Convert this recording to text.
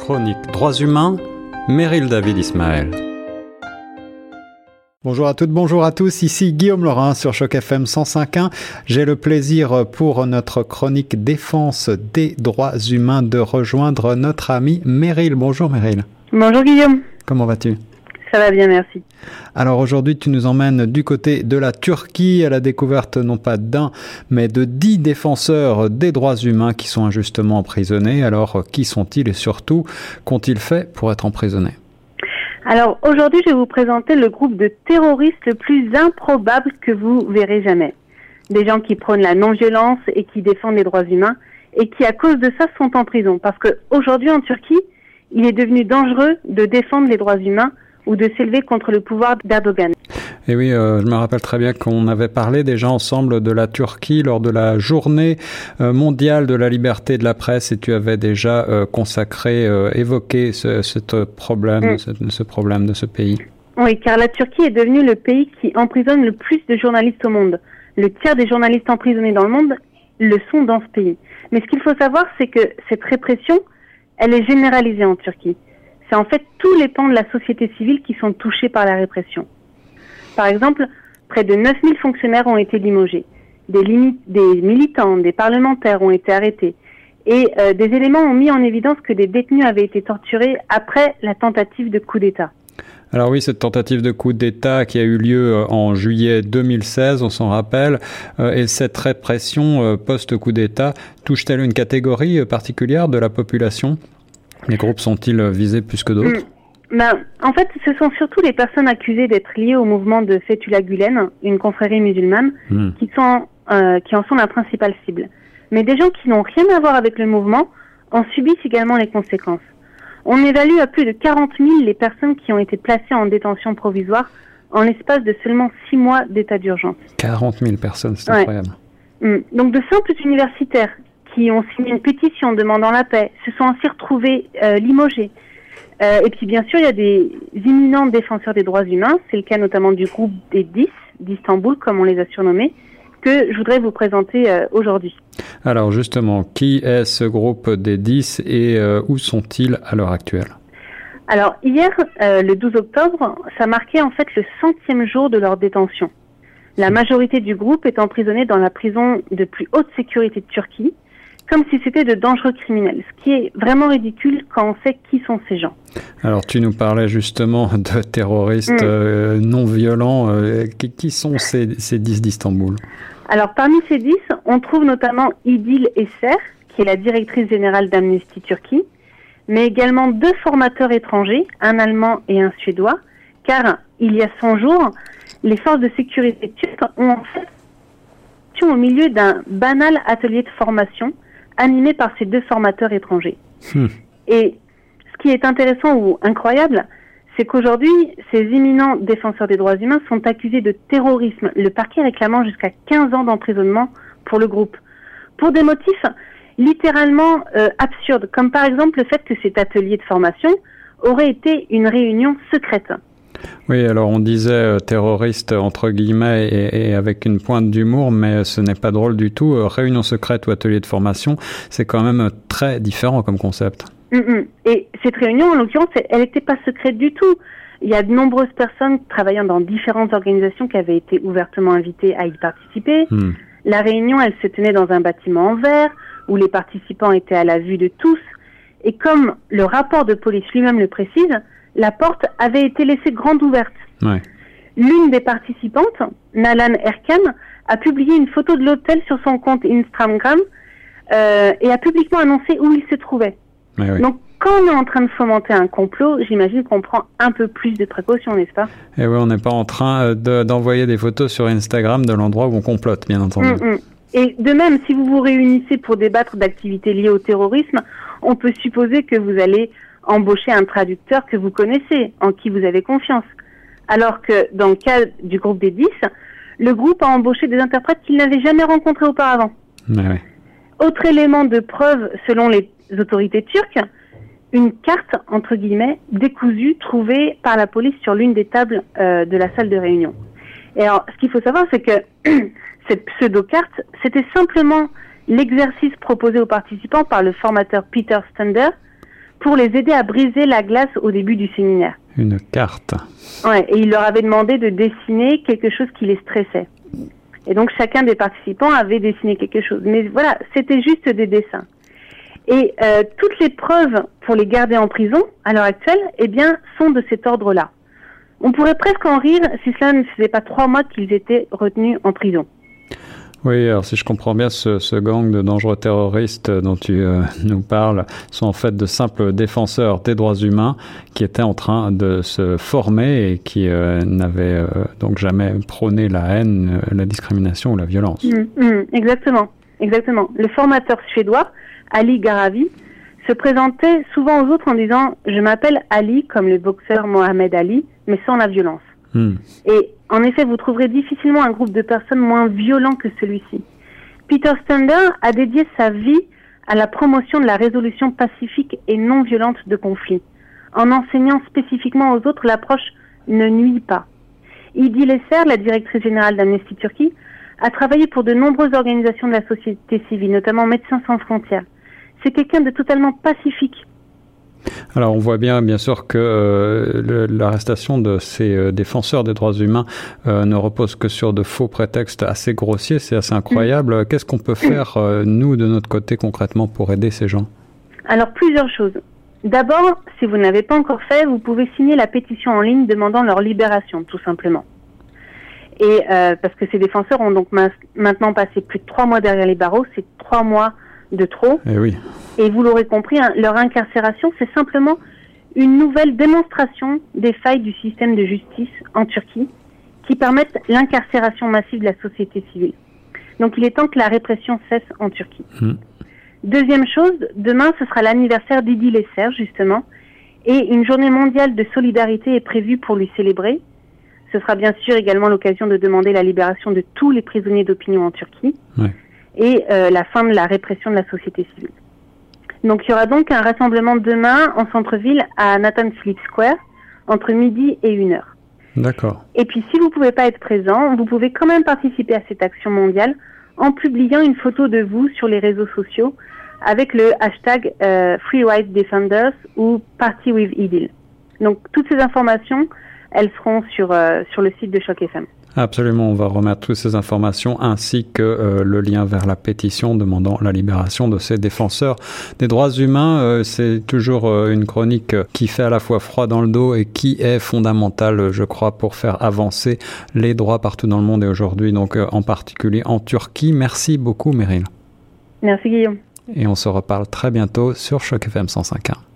chronique Droits humains, Meryl David Ismaël. Bonjour à toutes, bonjour à tous, ici Guillaume Laurin sur Choc FM 105.1. J'ai le plaisir pour notre chronique Défense des droits humains de rejoindre notre amie Meryl. Bonjour Meryl. Bonjour Guillaume. Comment vas-tu ? Ça va bien, merci. Alors aujourd'hui, tu nous emmènes du côté de la Turquie à la découverte non pas d'un, mais de 10 défenseurs des droits humains qui sont injustement emprisonnés. Alors, qui sont-ils et surtout, qu'ont-ils fait pour être emprisonnés ? Alors aujourd'hui, je vais vous présenter le groupe de terroristes le plus improbable que vous verrez jamais. Des gens qui prônent la non-violence et qui défendent les droits humains et qui, à cause de ça, sont en prison. Parce qu'aujourd'hui, en Turquie, il est devenu dangereux de défendre les droits humains ou de s'élever contre le pouvoir d'Erdogan. Et oui, je me rappelle très bien qu'on avait parlé déjà ensemble de la Turquie lors de la journée mondiale de la liberté de la presse et tu avais déjà évoqué ce problème de ce pays. Oui, car la Turquie est devenue le pays qui emprisonne le plus de journalistes au monde. Le tiers des journalistes emprisonnés dans le monde le sont dans ce pays. Mais ce qu'il faut savoir, c'est que cette répression, elle est généralisée en Turquie. C'est en fait tous les pans de la société civile qui sont touchés par la répression. Par exemple, près de 9000 fonctionnaires ont été limogés. Des militants, des parlementaires ont été arrêtés. Et des éléments ont mis en évidence que des détenus avaient été torturés après la tentative de coup d'État. Alors oui, cette tentative de coup d'État qui a eu lieu en juillet 2016, on s'en rappelle, et cette répression post-coup d'État touche-t-elle une catégorie particulière de la population ? Les groupes sont-ils visés plus que d'autres ? En fait, ce sont surtout les personnes accusées d'être liées au mouvement de Fethullah Gülen, une confrérie musulmane, qui en sont la principale cible. Mais des gens qui n'ont rien à voir avec le mouvement en subissent également les conséquences. On évalue à plus de 40 000 les personnes qui ont été placées en détention provisoire en l'espace de seulement 6 mois d'état d'urgence. 40 000 personnes, c'est incroyable. Donc de simples universitaires qui ont signé une pétition demandant la paix se sont ainsi retrouvés limogés. Et puis bien sûr, il y a des éminents défenseurs des droits humains, c'est le cas notamment du groupe des 10 d'Istanbul, comme on les a surnommés, que je voudrais vous présenter aujourd'hui. Alors justement, qui est ce groupe des 10 et où sont-ils à l'heure actuelle ? Alors hier, le 12 octobre, ça marquait en fait le 100e jour de leur détention. La majorité du groupe est emprisonnée dans la prison de plus haute sécurité de Turquie, comme si c'était de dangereux criminels, ce qui est vraiment ridicule quand on sait qui sont ces gens. Alors tu nous parlais justement de terroristes non violents. Qui sont ces 10 d'Istanbul ? Alors parmi ces 10, on trouve notamment İdil Eser, qui est la directrice générale d'Amnesty Turquie, mais également 2 formateurs étrangers, un Allemand et un Suédois, car il y a 100 jours, les forces de sécurité turques ont en fait au milieu d'un banal atelier de formation animé par ces 2 formateurs étrangers. Et ce qui est intéressant ou incroyable, c'est qu'aujourd'hui, ces éminents défenseurs des droits humains sont accusés de terrorisme, le parquet réclamant jusqu'à 15 ans d'emprisonnement pour le groupe, pour des motifs littéralement absurdes, comme par exemple le fait que cet atelier de formation aurait été une réunion secrète. Oui, alors on disait terroriste entre guillemets et avec une pointe d'humour, mais ce n'est pas drôle du tout. Réunion secrète ou atelier de formation, c'est quand même très différent comme concept. Et cette réunion, en l'occurrence, elle n'était pas secrète du tout. Il y a de nombreuses personnes travaillant dans différentes organisations qui avaient été ouvertement invitées à y participer. La réunion, elle se tenait dans un bâtiment en verre où les participants étaient à la vue de tous. Et comme le rapport de police lui-même le précise, la porte avait été laissée grande ouverte. Ouais. L'une des participantes, Nalan Erkan, a publié une photo de l'hôtel sur son compte Instagram et a publiquement annoncé où il se trouvait. Oui. Donc, quand on est en train de fomenter un complot, j'imagine qu'on prend un peu plus de précautions, n'est-ce pas ? Et oui, on n'est pas en train d'envoyer des photos sur Instagram de l'endroit où on complote, bien entendu. Et de même, si vous vous réunissez pour débattre d'activités liées au terrorisme, on peut supposer que vous allez embaucher un traducteur que vous connaissez, en qui vous avez confiance. Alors que, dans le cas du groupe des 10, le groupe a embauché des interprètes qu'il n'avait jamais rencontrés auparavant. Ouais. Autre élément de preuve, selon les autorités turques, une carte, entre guillemets, décousue, trouvée par la police sur l'une des tables de la salle de réunion. Et alors, ce qu'il faut savoir, c'est que cette pseudo-carte, c'était simplement l'exercice proposé aux participants par le formateur Peter Stander pour les aider à briser la glace au début du séminaire. Une carte. Ouais, et il leur avait demandé de dessiner quelque chose qui les stressait. Et donc chacun des participants avait dessiné quelque chose. Mais voilà, c'était juste des dessins. Et toutes les preuves pour les garder en prison, à l'heure actuelle, eh bien, sont de cet ordre-là. On pourrait presque en rire si cela ne faisait pas 3 mois qu'ils étaient retenus en prison. Oui, alors si je comprends bien, ce gang de dangereux terroristes dont tu nous parles sont en fait de simples défenseurs des droits humains qui étaient en train de se former et qui n'avaient donc jamais prôné la haine, la discrimination ou la violence. Exactement. Le formateur suédois, Ali Gharavi, se présentait souvent aux autres en disant « Je m'appelle Ali comme le boxeur Mohamed Ali, mais sans la violence ». Et en effet, vous trouverez difficilement un groupe de personnes moins violent que celui-ci. Peter Stander a dédié sa vie à la promotion de la résolution pacifique et non violente de conflits, en enseignant spécifiquement aux autres l'approche « ne nuit pas ». Idil Eser, la directrice générale d'Amnesty Turkey, a travaillé pour de nombreuses organisations de la société civile, notamment Médecins sans frontières. C'est quelqu'un de totalement pacifique. Alors on voit bien sûr que l'arrestation de ces défenseurs des droits humains ne repose que sur de faux prétextes assez grossiers, c'est assez incroyable. Qu'est-ce qu'on peut faire, nous, de notre côté, concrètement, pour aider ces gens? Alors plusieurs choses. D'abord, si vous n'avez pas encore fait, vous pouvez signer la pétition en ligne demandant leur libération, tout simplement. Et parce que ces défenseurs ont donc maintenant passé plus de 3 mois derrière les barreaux, c'est 3 mois de trop. Et oui. Et vous l'aurez compris, leur incarcération, c'est simplement une nouvelle démonstration des failles du système de justice en Turquie qui permettent l'incarcération massive de la société civile. Donc il est temps que la répression cesse en Turquie. Deuxième chose, demain ce sera l'anniversaire d'Idil Eser justement, et une journée mondiale de solidarité est prévue pour lui célébrer. Ce sera bien sûr également l'occasion de demander la libération de tous les prisonniers d'opinion en Turquie. Ouais. Et la fin de la répression de la société civile. Donc il y aura donc un rassemblement demain en centre-ville à Nathan Phillips Square entre midi et 1h. D'accord. Et puis si vous ne pouvez pas être présent, vous pouvez quand même participer à cette action mondiale en publiant une photo de vous sur les réseaux sociaux avec le hashtag Free Rights Defenders ou Party with Idil. Donc toutes ces informations, elles seront sur le site de Choc FM. Absolument, on va remettre toutes ces informations ainsi que le lien vers la pétition demandant la libération de ces défenseurs des droits humains. C'est toujours une chronique qui fait à la fois froid dans le dos et qui est fondamentale, je crois, pour faire avancer les droits partout dans le monde et aujourd'hui, donc en particulier en Turquie. Merci beaucoup, Meryl. Merci, Guillaume. Et on se reparle très bientôt sur Choc FM 105.1.